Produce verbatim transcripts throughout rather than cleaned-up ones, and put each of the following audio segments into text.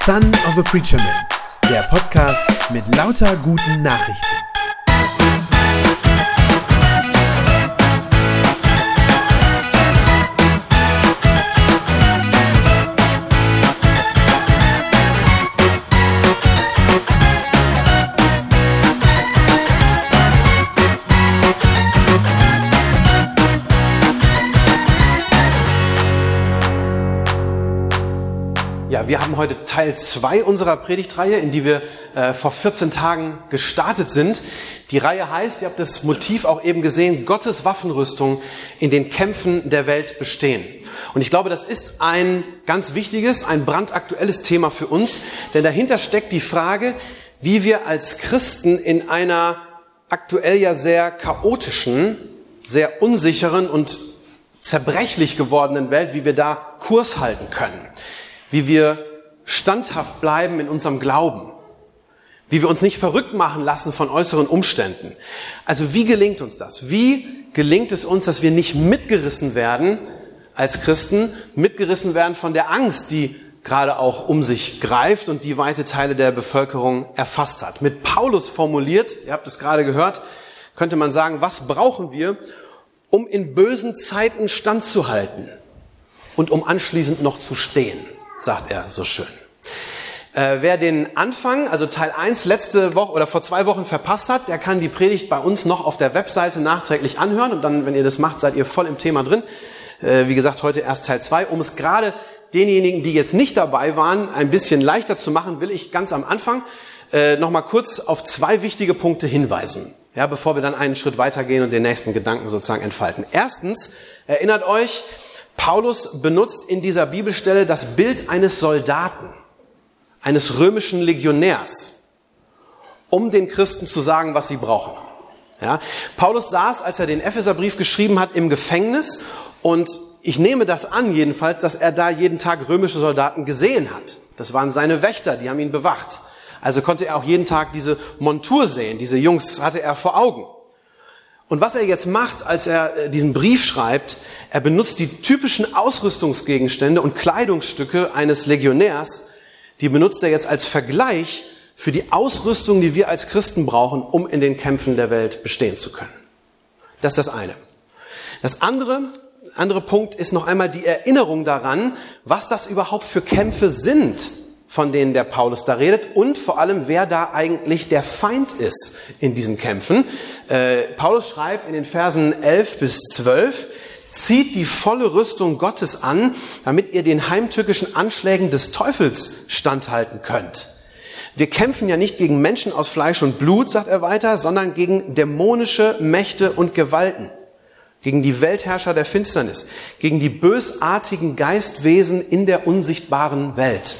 Son of a Preacher Man, der Podcast mit lauter guten Nachrichten. Ja, wir haben heute Teil zwei unserer Predigtreihe, in die wir äh, vor vierzehn Tagen gestartet sind. Die Reihe heißt, ihr habt das Motiv auch eben gesehen, Gottes Waffenrüstung in den Kämpfen der Welt bestehen. Und ich glaube, das ist ein ganz wichtiges, ein brandaktuelles Thema für uns, denn dahinter steckt die Frage, wie wir als Christen in einer aktuell ja sehr chaotischen, sehr unsicheren und zerbrechlich gewordenen Welt, wie wir da Kurs halten können. Wie wir standhaft bleiben in unserem Glauben, wie wir uns nicht verrückt machen lassen von äußeren Umständen. Also wie gelingt uns das? Wie gelingt es uns, dass wir nicht mitgerissen werden als Christen, mitgerissen werden von der Angst, die gerade auch um sich greift und die weite Teile der Bevölkerung erfasst hat? Mit Paulus formuliert, ihr habt es gerade gehört, könnte man sagen, was brauchen wir, um in bösen Zeiten standzuhalten und um anschließend noch zu stehen? Sagt er so schön. Äh, wer den Anfang, also Teil eins letzte Woche oder vor zwei Wochen verpasst hat, der kann die Predigt bei uns noch auf der Webseite nachträglich anhören und dann, wenn ihr das macht, seid ihr voll im Thema drin. Äh, wie gesagt, heute erst Teil zwei. Um es gerade denjenigen, die jetzt nicht dabei waren, ein bisschen leichter zu machen, will ich ganz am Anfang äh, noch mal kurz auf zwei wichtige Punkte hinweisen, ja, bevor wir dann einen Schritt weitergehen und den nächsten Gedanken sozusagen entfalten. Erstens, erinnert euch, Paulus benutzt in dieser Bibelstelle das Bild eines Soldaten, eines römischen Legionärs, um den Christen zu sagen, was sie brauchen. Ja, Paulus saß, als er den Epheserbrief geschrieben hat, im Gefängnis und ich nehme das an jedenfalls, dass er da jeden Tag römische Soldaten gesehen hat. Das waren seine Wächter, die haben ihn bewacht. Also konnte er auch jeden Tag diese Montur sehen, diese Jungs hatte er vor Augen. Und was er jetzt macht, als er diesen Brief schreibt, er benutzt die typischen Ausrüstungsgegenstände und Kleidungsstücke eines Legionärs, die benutzt er jetzt als Vergleich für die Ausrüstung, die wir als Christen brauchen, um in den Kämpfen der Welt bestehen zu können. Das ist das eine. Das andere, andere Punkt ist noch einmal die Erinnerung daran, was das überhaupt für Kämpfe sind, von denen der Paulus da redet und vor allem, wer da eigentlich der Feind ist in diesen Kämpfen. Äh, Paulus schreibt in den Versen elf bis zwölf, zieht die volle Rüstung Gottes an, damit ihr den heimtückischen Anschlägen des Teufels standhalten könnt. Wir kämpfen ja nicht gegen Menschen aus Fleisch und Blut, sagt er weiter, sondern gegen dämonische Mächte und Gewalten, gegen die Weltherrscher der Finsternis, gegen die bösartigen Geistwesen in der unsichtbaren Welt.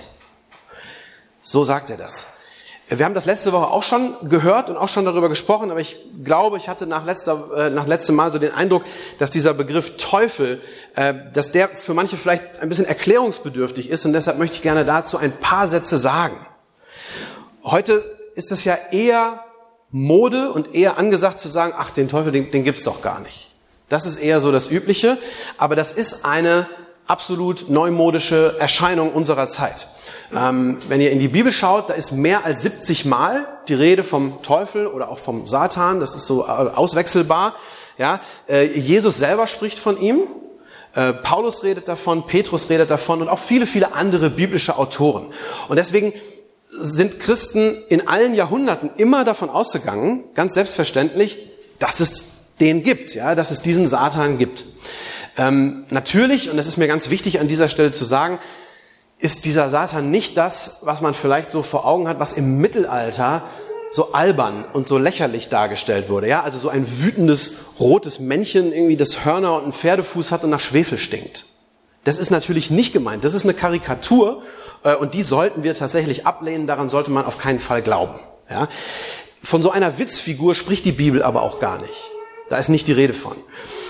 So sagt er das. Wir haben das letzte Woche auch schon gehört und auch schon darüber gesprochen, aber ich glaube, ich hatte nach, letzter, äh, nach letztem Mal so den Eindruck, dass dieser Begriff Teufel, äh, dass der für manche vielleicht ein bisschen erklärungsbedürftig ist und deshalb möchte ich gerne dazu ein paar Sätze sagen. Heute ist es ja eher Mode und eher angesagt zu sagen, ach, den Teufel, den, den gibt's doch gar nicht. Das ist eher so das Übliche, aber das ist eine absolut neumodische Erscheinung unserer Zeit. Ähm, wenn ihr in die Bibel schaut, da ist mehr als siebzig Mal die Rede vom Teufel oder auch vom Satan, das ist so äh, auswechselbar. Ja, äh, Jesus selber spricht von ihm, äh, Paulus redet davon, Petrus redet davon und auch viele, viele andere biblische Autoren. Und deswegen sind Christen in allen Jahrhunderten immer davon ausgegangen, ganz selbstverständlich, dass es den gibt, ja, dass es diesen Satan gibt. Ähm, natürlich, und das ist mir ganz wichtig an dieser Stelle zu sagen, ist dieser Satan nicht das, was man vielleicht so vor Augen hat, was im Mittelalter so albern und so lächerlich dargestellt wurde. Ja, also so ein wütendes, rotes Männchen, irgendwie das Hörner und einen Pferdefuß hat und nach Schwefel stinkt. Das ist natürlich nicht gemeint. Das ist eine Karikatur äh, und die sollten wir tatsächlich ablehnen. Daran sollte man auf keinen Fall glauben. Ja? Von so einer Witzfigur spricht die Bibel aber auch gar nicht. Da ist nicht die Rede von.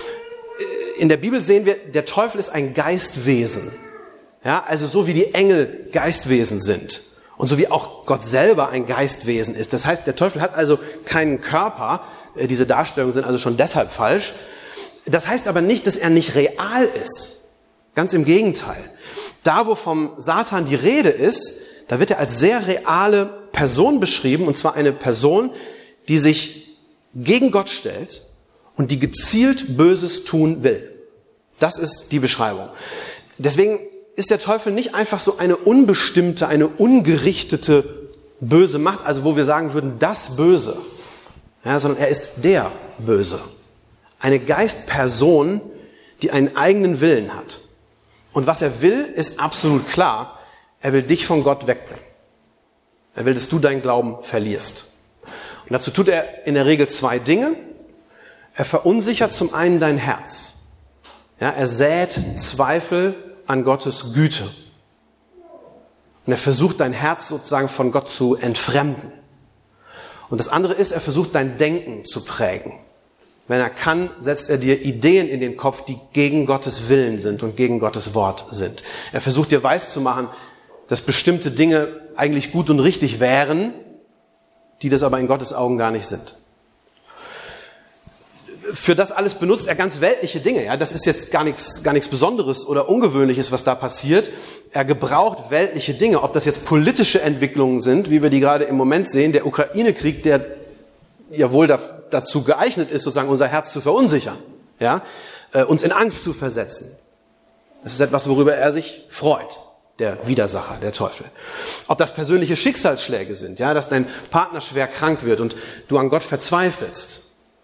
In der Bibel sehen wir, der Teufel ist ein Geistwesen. Ja, also so wie die Engel Geistwesen sind und so wie auch Gott selber ein Geistwesen ist. Das heißt, der Teufel hat also keinen Körper. Diese Darstellungen sind also schon deshalb falsch. Das heißt aber nicht, dass er nicht real ist. Ganz im Gegenteil. Da, wo vom Satan die Rede ist, da wird er als sehr reale Person beschrieben, und zwar eine Person, die sich gegen Gott stellt und die gezielt Böses tun will. Das ist die Beschreibung. Deswegen ist der Teufel nicht einfach so eine unbestimmte, eine ungerichtete böse Macht, also wo wir sagen würden, das Böse, ja, sondern er ist der Böse. Eine Geistperson, die einen eigenen Willen hat. Und was er will, ist absolut klar. Er will dich von Gott wegbringen. Er will, dass du deinen Glauben verlierst. Und dazu tut er in der Regel zwei Dinge. Er verunsichert zum einen dein Herz. Ja, er sät Zweifel an Gottes Güte. Und er versucht, dein Herz sozusagen von Gott zu entfremden. Und das andere ist, er versucht, dein Denken zu prägen. Wenn er kann, setzt er dir Ideen in den Kopf, die gegen Gottes Willen sind und gegen Gottes Wort sind. Er versucht dir weiszumachen, dass bestimmte Dinge eigentlich gut und richtig wären, die das aber in Gottes Augen gar nicht sind. Für das alles benutzt er ganz weltliche Dinge. Ja, das ist jetzt gar nichts, gar nichts Besonderes oder Ungewöhnliches, was da passiert. Er gebraucht weltliche Dinge, ob das jetzt politische Entwicklungen sind, wie wir die gerade im Moment sehen, der Ukraine-Krieg, der ja wohl da, dazu geeignet ist, sozusagen unser Herz zu verunsichern, ja, äh, uns in Angst zu versetzen. Das ist etwas, worüber er sich freut, der Widersacher, der Teufel. Ob das persönliche Schicksalsschläge sind, ja, dass dein Partner schwer krank wird und du an Gott verzweifelst.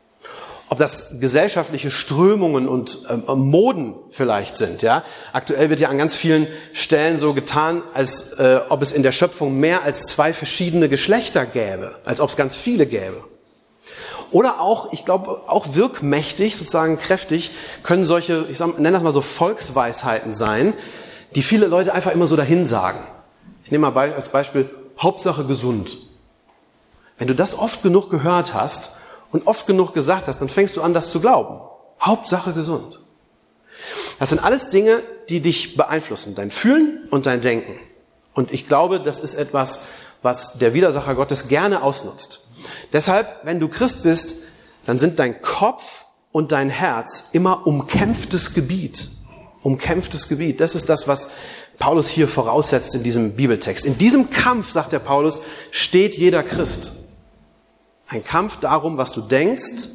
Ob das gesellschaftliche Strömungen und ähm, Moden vielleicht sind. Ja? Aktuell wird ja an ganz vielen Stellen so getan, als äh, ob es in der Schöpfung mehr als zwei verschiedene Geschlechter gäbe, als ob es ganz viele gäbe. Oder auch, ich glaube, auch wirkmächtig, sozusagen kräftig, können solche, ich nenne das mal so Volksweisheiten sein, die viele Leute einfach immer so dahin sagen. Ich nehme mal als Beispiel, Hauptsache gesund. Wenn du das oft genug gehört hast, und oft genug gesagt hast, dann fängst du an, das zu glauben. Hauptsache gesund. Das sind alles Dinge, die dich beeinflussen, dein Fühlen und dein Denken. Und ich glaube, das ist etwas, was der Widersacher Gottes gerne ausnutzt. Deshalb, wenn du Christ bist, dann sind dein Kopf und dein Herz immer umkämpftes Gebiet. Umkämpftes Gebiet. Das ist das, was Paulus hier voraussetzt in diesem Bibeltext. In diesem Kampf, sagt der Paulus, steht jeder Christ. Ein Kampf darum, was du denkst,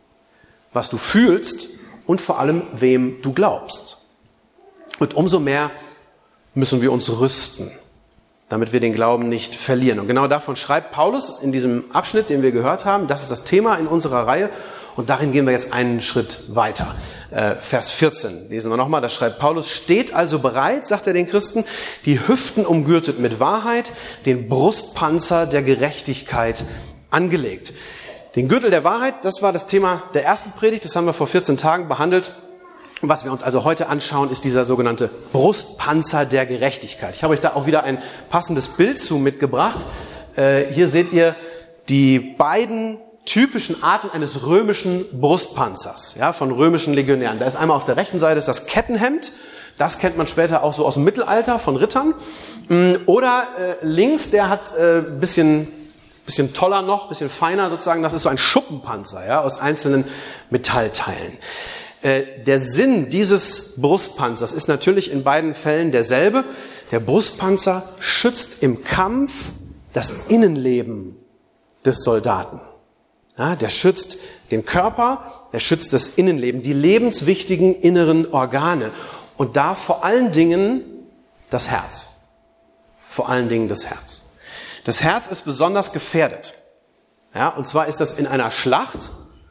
was du fühlst und vor allem, wem du glaubst. Und umso mehr müssen wir uns rüsten, damit wir den Glauben nicht verlieren. Und genau davon schreibt Paulus in diesem Abschnitt, den wir gehört haben. Das ist das Thema in unserer Reihe. Und darin gehen wir jetzt einen Schritt weiter. Äh, Vers vierzehn lesen wir nochmal. Da schreibt Paulus, steht also bereit, sagt er den Christen, die Hüften umgürtet mit Wahrheit, den Brustpanzer der Gerechtigkeit angelegt. Den Gürtel der Wahrheit, das war das Thema der ersten Predigt, das haben wir vor vierzehn Tagen behandelt. Und was wir uns also heute anschauen, ist dieser sogenannte Brustpanzer der Gerechtigkeit. Ich habe euch da auch wieder ein passendes Bild zu mitgebracht. Äh, hier seht ihr die beiden typischen Arten eines römischen Brustpanzers, ja, von römischen Legionären. Da ist einmal auf der rechten Seite ist das Kettenhemd. Das kennt man später auch so aus dem Mittelalter von Rittern. Oder äh, links, der hat ein äh, bisschen Bisschen toller noch, bisschen feiner sozusagen, das ist so ein Schuppenpanzer, ja, aus einzelnen Metallteilen. Äh, der Sinn dieses Brustpanzers ist natürlich in beiden Fällen derselbe. Der Brustpanzer schützt im Kampf das Innenleben des Soldaten. Ja, der schützt den Körper, der schützt das Innenleben, die lebenswichtigen inneren Organe. Und da vor allen Dingen das Herz. Vor allen Dingen das Herz. Das Herz ist besonders gefährdet. Ja, und zwar ist das in einer Schlacht,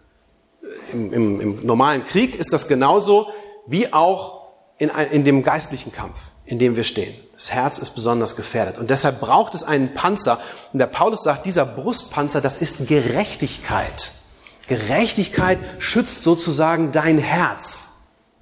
im, im, im normalen Krieg ist das genauso wie auch in, in dem geistlichen Kampf, in dem wir stehen. Das Herz ist besonders gefährdet. Und deshalb braucht es einen Panzer. Und der Paulus sagt, dieser Brustpanzer, das ist Gerechtigkeit. Gerechtigkeit schützt sozusagen dein Herz.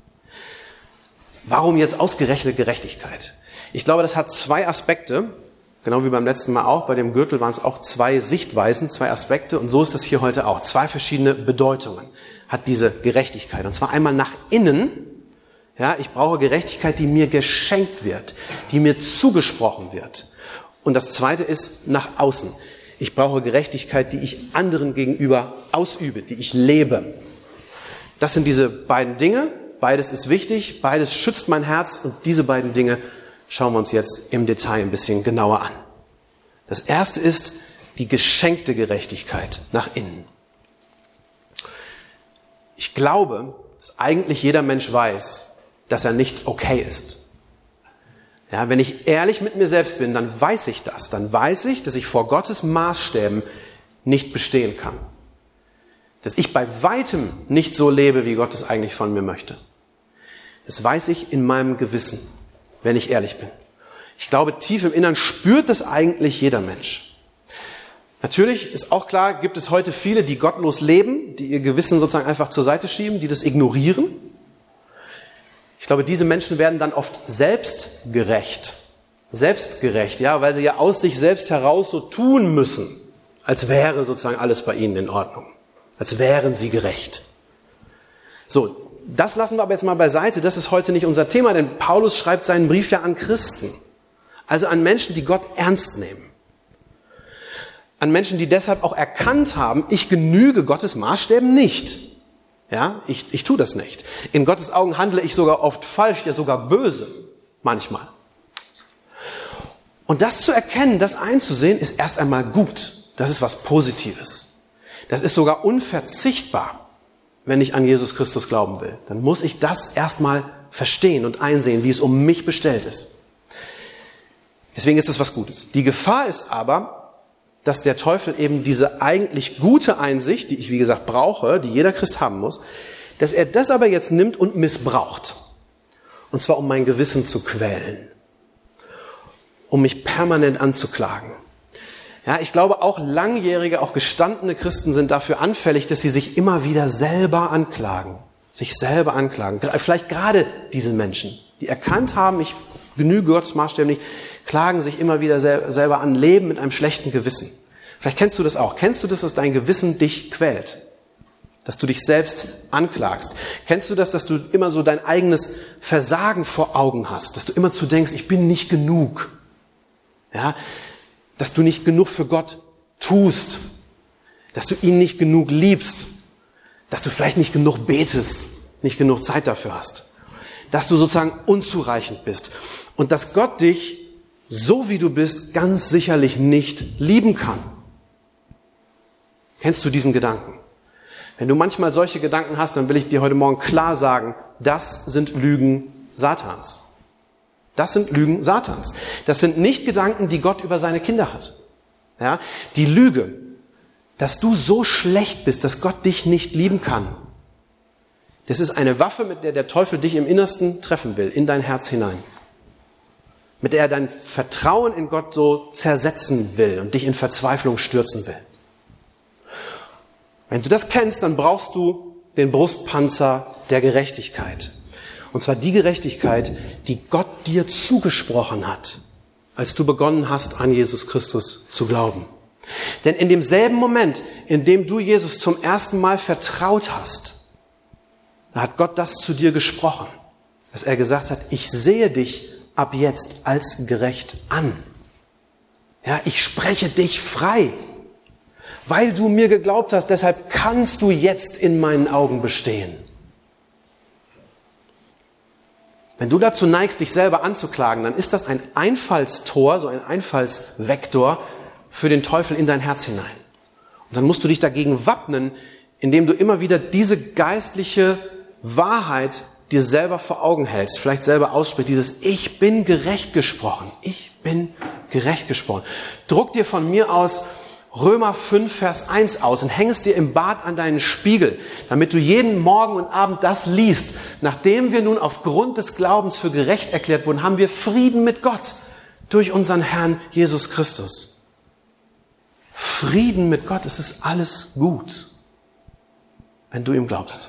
Warum jetzt ausgerechnet Gerechtigkeit? Ich glaube, das hat zwei Aspekte. Genau wie beim letzten Mal auch, bei dem Gürtel waren es auch zwei Sichtweisen, zwei Aspekte und so ist es hier heute auch. Zwei verschiedene Bedeutungen hat diese Gerechtigkeit. Und zwar einmal nach innen, ja, ich brauche Gerechtigkeit, die mir geschenkt wird, die mir zugesprochen wird. Und das zweite ist nach außen. Ich brauche Gerechtigkeit, die ich anderen gegenüber ausübe, die ich lebe. Das sind diese beiden Dinge, beides ist wichtig, beides schützt mein Herz und diese beiden Dinge schauen wir uns jetzt im Detail ein bisschen genauer an. Das erste ist die geschenkte Gerechtigkeit nach innen. Ich glaube, dass eigentlich jeder Mensch weiß, dass er nicht okay ist. Ja, wenn ich ehrlich mit mir selbst bin, dann weiß ich das. Dann weiß ich, dass ich vor Gottes Maßstäben nicht bestehen kann. Dass ich bei weitem nicht so lebe, wie Gott es eigentlich von mir möchte. Das weiß ich in meinem Gewissen, wenn ich ehrlich bin. Ich glaube, tief im Innern spürt das eigentlich jeder Mensch. Natürlich ist auch klar, gibt es heute viele, die gottlos leben, die ihr Gewissen sozusagen einfach zur Seite schieben, die das ignorieren. Ich glaube, diese Menschen werden dann oft selbstgerecht. Selbstgerecht, ja, weil sie ja aus sich selbst heraus so tun müssen, als wäre sozusagen alles bei ihnen in Ordnung. Als wären sie gerecht. So, das lassen wir aber jetzt mal beiseite. Das ist heute nicht unser Thema, denn Paulus schreibt seinen Brief ja an Christen. Also an Menschen, die Gott ernst nehmen. An Menschen, die deshalb auch erkannt haben, ich genüge Gottes Maßstäben nicht. Ja, ich, ich tue das nicht. In Gottes Augen handle ich sogar oft falsch, ja sogar böse. Manchmal. Und das zu erkennen, das einzusehen, ist erst einmal gut. Das ist was Positives. Das ist sogar unverzichtbar, wenn ich an Jesus Christus glauben will. Dann muss ich das erstmal verstehen und einsehen, wie es um mich bestellt ist. Deswegen ist es was Gutes. Die Gefahr ist aber, dass der Teufel eben diese eigentlich gute Einsicht, die ich wie gesagt brauche, die jeder Christ haben muss, dass er das aber jetzt nimmt und missbraucht. Und zwar um mein Gewissen zu quälen. Um mich permanent anzuklagen. Ja, ich glaube, auch langjährige, auch gestandene Christen sind dafür anfällig, dass sie sich immer wieder selber anklagen. Sich selber anklagen. Vielleicht gerade diese Menschen, die erkannt haben, ich genüge Gottes Maßstäben nicht, klagen sich immer wieder sel- selber an, leben mit einem schlechten Gewissen. Vielleicht kennst du das auch. Kennst du das, dass dein Gewissen dich quält? Dass du dich selbst anklagst? Kennst du das, dass du immer so dein eigenes Versagen vor Augen hast? Dass du immer zu denkst, ich bin nicht genug. Ja? Dass du nicht genug für Gott tust. Dass du ihn nicht genug liebst. Dass du vielleicht nicht genug betest. Nicht genug Zeit dafür hast. Dass du sozusagen unzureichend bist. Und dass Gott dich, so wie du bist, ganz sicherlich nicht lieben kann. Kennst du diesen Gedanken? Wenn du manchmal solche Gedanken hast, dann will ich dir heute Morgen klar sagen, das sind Lügen Satans. Das sind Lügen Satans. Das sind nicht Gedanken, die Gott über seine Kinder hat. Ja? Die Lüge, dass du so schlecht bist, dass Gott dich nicht lieben kann. Das ist eine Waffe, mit der der Teufel dich im Innersten treffen will, in dein Herz hinein. Mit der er dein Vertrauen in Gott so zersetzen will und dich in Verzweiflung stürzen will. Wenn du das kennst, dann brauchst du den Brustpanzer der Gerechtigkeit. Und zwar die Gerechtigkeit, die Gott dir zugesprochen hat, als du begonnen hast, an Jesus Christus zu glauben. Denn in demselben Moment, in dem du Jesus zum ersten Mal vertraut hast, da hat Gott das zu dir gesprochen, dass er gesagt hat, ich sehe dich ab jetzt als gerecht an. Ja, ich spreche dich frei. Weil du mir geglaubt hast, deshalb kannst du jetzt in meinen Augen bestehen. Wenn du dazu neigst, dich selber anzuklagen, dann ist das ein Einfallstor, so ein Einfallsvektor für den Teufel in dein Herz hinein. Und dann musst du dich dagegen wappnen, indem du immer wieder diese geistliche Wahrheit dir selber vor Augen hältst, vielleicht selber aussprichst, dieses Ich bin gerecht gesprochen. Ich bin gerecht gesprochen. Druck dir von mir aus Römer fünf, Vers eins aus und häng es dir im Bad an deinen Spiegel, damit du jeden Morgen und Abend das liest. Nachdem wir nun aufgrund des Glaubens für gerecht erklärt wurden, haben wir Frieden mit Gott durch unseren Herrn Jesus Christus. Frieden mit Gott, es ist alles gut, wenn du ihm glaubst.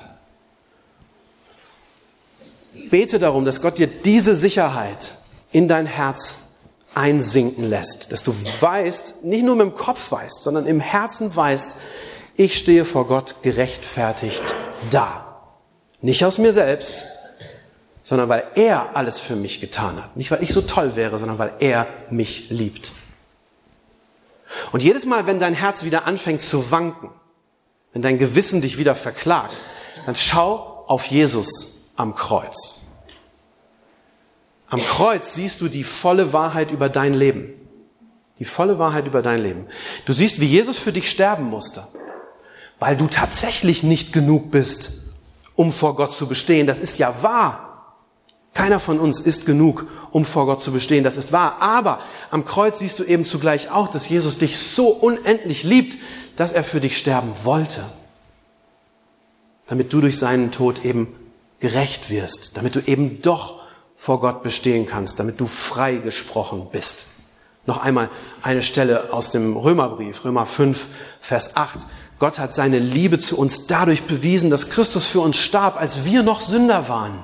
Bete darum, dass Gott dir diese Sicherheit in dein Herz einsinken lässt. Dass du weißt, nicht nur mit dem Kopf weißt, sondern im Herzen weißt, ich stehe vor Gott gerechtfertigt da. Nicht aus mir selbst, sondern weil er alles für mich getan hat. Nicht, weil ich so toll wäre, sondern weil er mich liebt. Und jedes Mal, wenn dein Herz wieder anfängt zu wanken, wenn dein Gewissen dich wieder verklagt, dann schau auf Jesus am Kreuz. Am Kreuz siehst du die volle Wahrheit über dein Leben. Die volle Wahrheit über dein Leben. Du siehst, wie Jesus für dich sterben musste, weil du tatsächlich nicht genug bist, um vor Gott zu bestehen. Das ist ja wahr. Keiner von uns ist genug, um vor Gott zu bestehen. Das ist wahr. Aber am Kreuz siehst du eben zugleich auch, dass Jesus dich so unendlich liebt, dass er für dich sterben wollte. Damit du durch seinen Tod eben gerecht wirst. Damit du eben doch vor Gott bestehen kannst. Damit du frei gesprochen bist. Noch einmal eine Stelle aus dem Römerbrief, Römer fünf, Vers acht. Gott hat seine Liebe zu uns dadurch bewiesen, dass Christus für uns starb, als wir noch Sünder waren.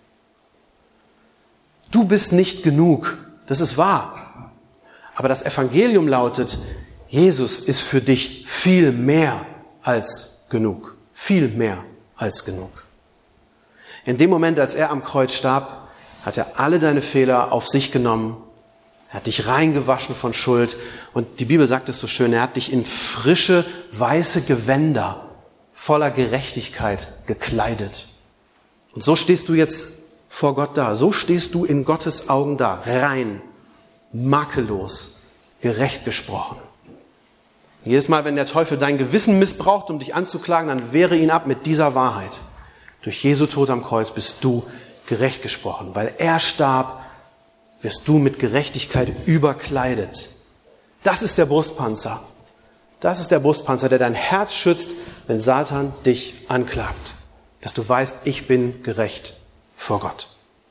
Du bist nicht genug, das ist wahr. Aber das Evangelium lautet, Jesus ist für dich viel mehr als genug. Viel mehr als genug. In dem Moment, als er am Kreuz starb, hat er alle deine Fehler auf sich genommen. Er hat dich reingewaschen von Schuld. Und die Bibel sagt es so schön, er hat dich in frische, weiße Gewänder voller Gerechtigkeit gekleidet. Und so stehst du jetzt vor Gott da. So stehst du in Gottes Augen da. Rein, makellos, gerecht gesprochen. Jedes Mal, wenn der Teufel dein Gewissen missbraucht, um dich anzuklagen, dann wehre ihn ab mit dieser Wahrheit. Durch Jesu Tod am Kreuz bist du gerecht gesprochen. Weil er starb, wirst du mit Gerechtigkeit überkleidet. Das ist der Brustpanzer. Das ist der Brustpanzer, der dein Herz schützt, wenn Satan dich anklagt. Dass du weißt, ich bin gerecht vor Gott.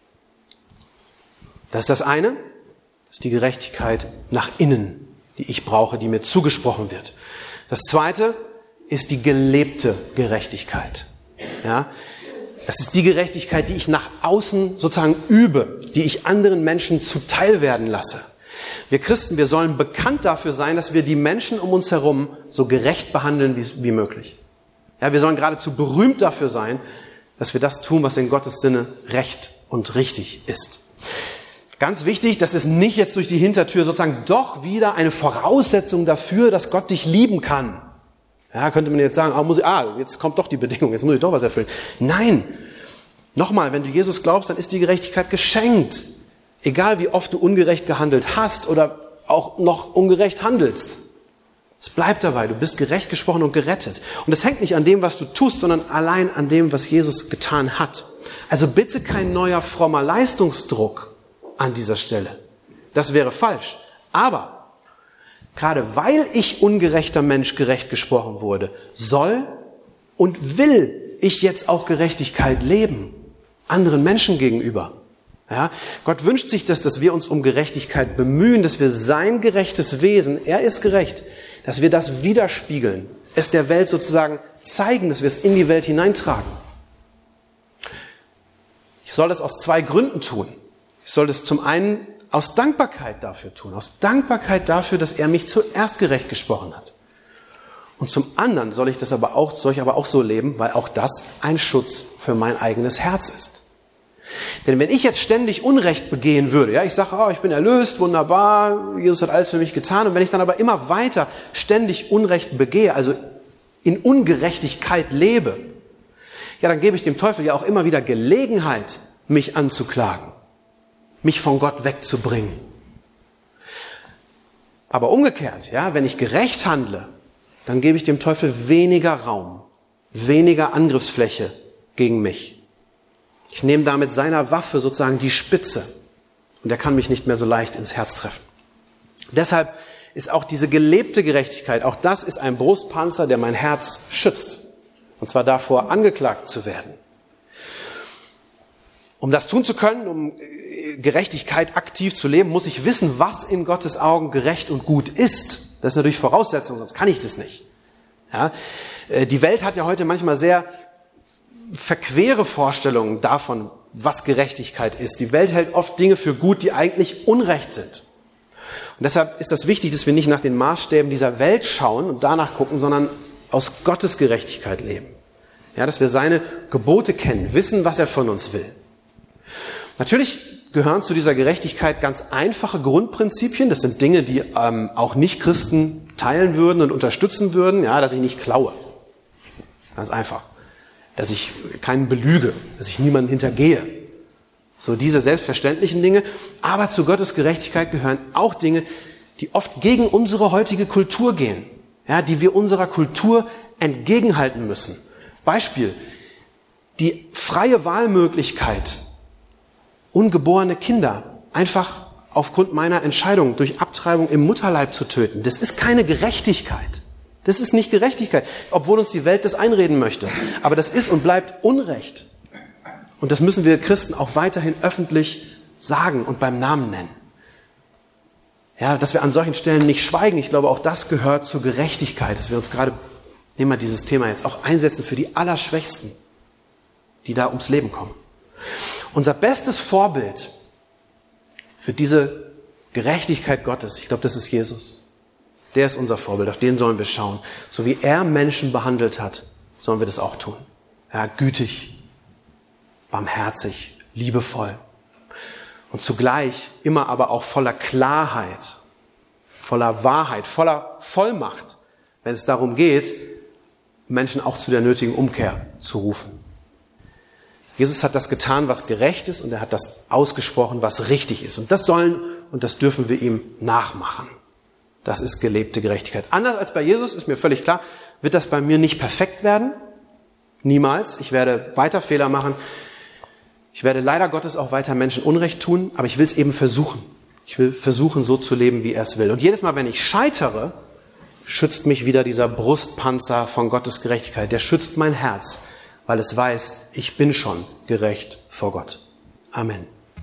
Das ist das eine. Das ist die Gerechtigkeit nach innen, die ich brauche, die mir zugesprochen wird. Das zweite ist die gelebte Gerechtigkeit. Ja? Das ist die Gerechtigkeit, die ich nach außen sozusagen übe, die ich anderen Menschen zuteil werden lasse. Wir Christen, wir sollen bekannt dafür sein, dass wir die Menschen um uns herum so gerecht behandeln wie, wie möglich. Ja, wir sollen geradezu berühmt dafür sein, dass wir das tun, was in Gottes Sinne recht und richtig ist. Ganz wichtig, das ist nicht jetzt durch die Hintertür sozusagen doch wieder eine Voraussetzung dafür, dass Gott dich lieben kann. Ja, könnte man jetzt sagen, ah, muss ich, ah, jetzt kommt doch die Bedingung, jetzt muss ich doch was erfüllen. Nein, nochmal, wenn du Jesus glaubst, dann ist die Gerechtigkeit geschenkt. Egal wie oft du ungerecht gehandelt hast oder auch noch ungerecht handelst. Es bleibt dabei, du bist gerecht gesprochen und gerettet. Und es hängt nicht an dem, was du tust, sondern allein an dem, was Jesus getan hat. Also bitte kein neuer frommer Leistungsdruck an dieser Stelle. Das wäre falsch. Aber gerade weil ich ungerechter Mensch gerecht gesprochen wurde, soll und will ich jetzt auch Gerechtigkeit leben, anderen Menschen gegenüber. Ja, Gott wünscht sich das, dass wir uns um Gerechtigkeit bemühen, dass wir sein gerechtes Wesen, er ist gerecht, dass wir das widerspiegeln, es der Welt sozusagen zeigen, dass wir es in die Welt hineintragen. Ich soll das aus zwei Gründen tun. Ich soll das zum einen aus Dankbarkeit dafür tun, aus Dankbarkeit dafür, dass er mich zuerst gerecht gesprochen hat. Und zum anderen soll ich das aber auch, soll ich aber auch so leben, weil auch das ein Schutz für mein eigenes Herz ist. Denn wenn ich jetzt ständig Unrecht begehen würde, ja, ich sage, oh, ich bin erlöst, wunderbar, Jesus hat alles für mich getan, und wenn ich dann aber immer weiter ständig Unrecht begehe, also in Ungerechtigkeit lebe, ja, dann gebe ich dem Teufel ja auch immer wieder Gelegenheit, mich anzuklagen, mich von Gott wegzubringen. Aber umgekehrt, ja, wenn ich gerecht handle, dann gebe ich dem Teufel weniger Raum, weniger Angriffsfläche gegen mich. Ich nehme damit seiner Waffe sozusagen die Spitze und er kann mich nicht mehr so leicht ins Herz treffen. Deshalb ist auch diese gelebte Gerechtigkeit, auch das ist ein Brustpanzer, der mein Herz schützt. Und zwar davor, angeklagt zu werden. Um das tun zu können, um Gerechtigkeit aktiv zu leben, muss ich wissen, was in Gottes Augen gerecht und gut ist. Das ist natürlich Voraussetzung, sonst kann ich das nicht. Ja? Die Welt hat ja heute manchmal sehr verquere Vorstellungen davon, was Gerechtigkeit ist. Die Welt hält oft Dinge für gut, die eigentlich Unrecht sind. Und deshalb ist das wichtig, dass wir nicht nach den Maßstäben dieser Welt schauen und danach gucken, sondern aus Gottes Gerechtigkeit leben. Ja, dass wir seine Gebote kennen, wissen, was er von uns will. Natürlich gehören zu dieser Gerechtigkeit ganz einfache Grundprinzipien. Das sind Dinge, die ähm, auch Nicht-Christen teilen würden und unterstützen würden. Ja, dass ich nicht klaue. Ganz einfach. Dass ich keinen belüge, dass ich niemanden hintergehe. So diese selbstverständlichen Dinge. Aber zu Gottes Gerechtigkeit gehören auch Dinge, die oft gegen unsere heutige Kultur gehen, ja, die wir unserer Kultur entgegenhalten müssen. Beispiel, die freie Wahlmöglichkeit, ungeborene Kinder einfach aufgrund meiner Entscheidung durch Abtreibung im Mutterleib zu töten. Das ist keine Gerechtigkeit. Das ist nicht Gerechtigkeit, obwohl uns die Welt das einreden möchte. Aber das ist und bleibt Unrecht. Und das müssen wir Christen auch weiterhin öffentlich sagen und beim Namen nennen. Ja, dass wir an solchen Stellen nicht schweigen. Ich glaube, auch das gehört zur Gerechtigkeit, dass wir uns gerade, nehmen wir dieses Thema jetzt, auch einsetzen für die Allerschwächsten, die da ums Leben kommen. Unser bestes Vorbild für diese Gerechtigkeit Gottes, ich glaube, das ist Jesus. Der ist unser Vorbild, auf den sollen wir schauen. So wie er Menschen behandelt hat, sollen wir das auch tun. Ja, gütig, barmherzig, liebevoll. Und zugleich immer aber auch voller Klarheit, voller Wahrheit, voller Vollmacht, wenn es darum geht, Menschen auch zu der nötigen Umkehr zu rufen. Jesus hat das getan, was gerecht ist, und er hat das ausgesprochen, was richtig ist. Und das sollen und das dürfen wir ihm nachmachen. Das ist gelebte Gerechtigkeit. Anders als bei Jesus, ist mir völlig klar, wird das bei mir nicht perfekt werden. Niemals. Ich werde weiter Fehler machen. Ich werde leider Gottes auch weiter Menschen Unrecht tun, aber ich will es eben versuchen. Ich will versuchen, so zu leben, wie er es will. Und jedes Mal, wenn ich scheitere, schützt mich wieder dieser Brustpanzer von Gottes Gerechtigkeit. Der schützt mein Herz, weil es weiß, ich bin schon gerecht vor Gott. Amen.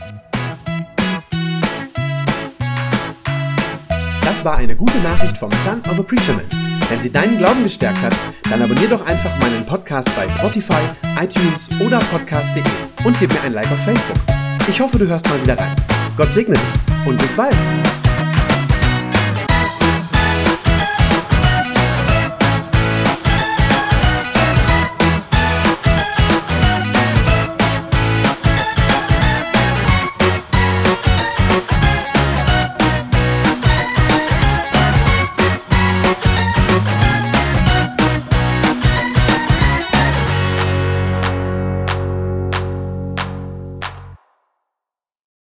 Das war eine gute Nachricht vom Son of a Preacher Man. Wenn sie deinen Glauben gestärkt hat, dann abonnier doch einfach meinen Podcast bei Spotify, iTunes oder podcast punkt de und gib mir ein Like auf Facebook. Ich hoffe, du hörst mal wieder rein. Gott segne dich und bis bald.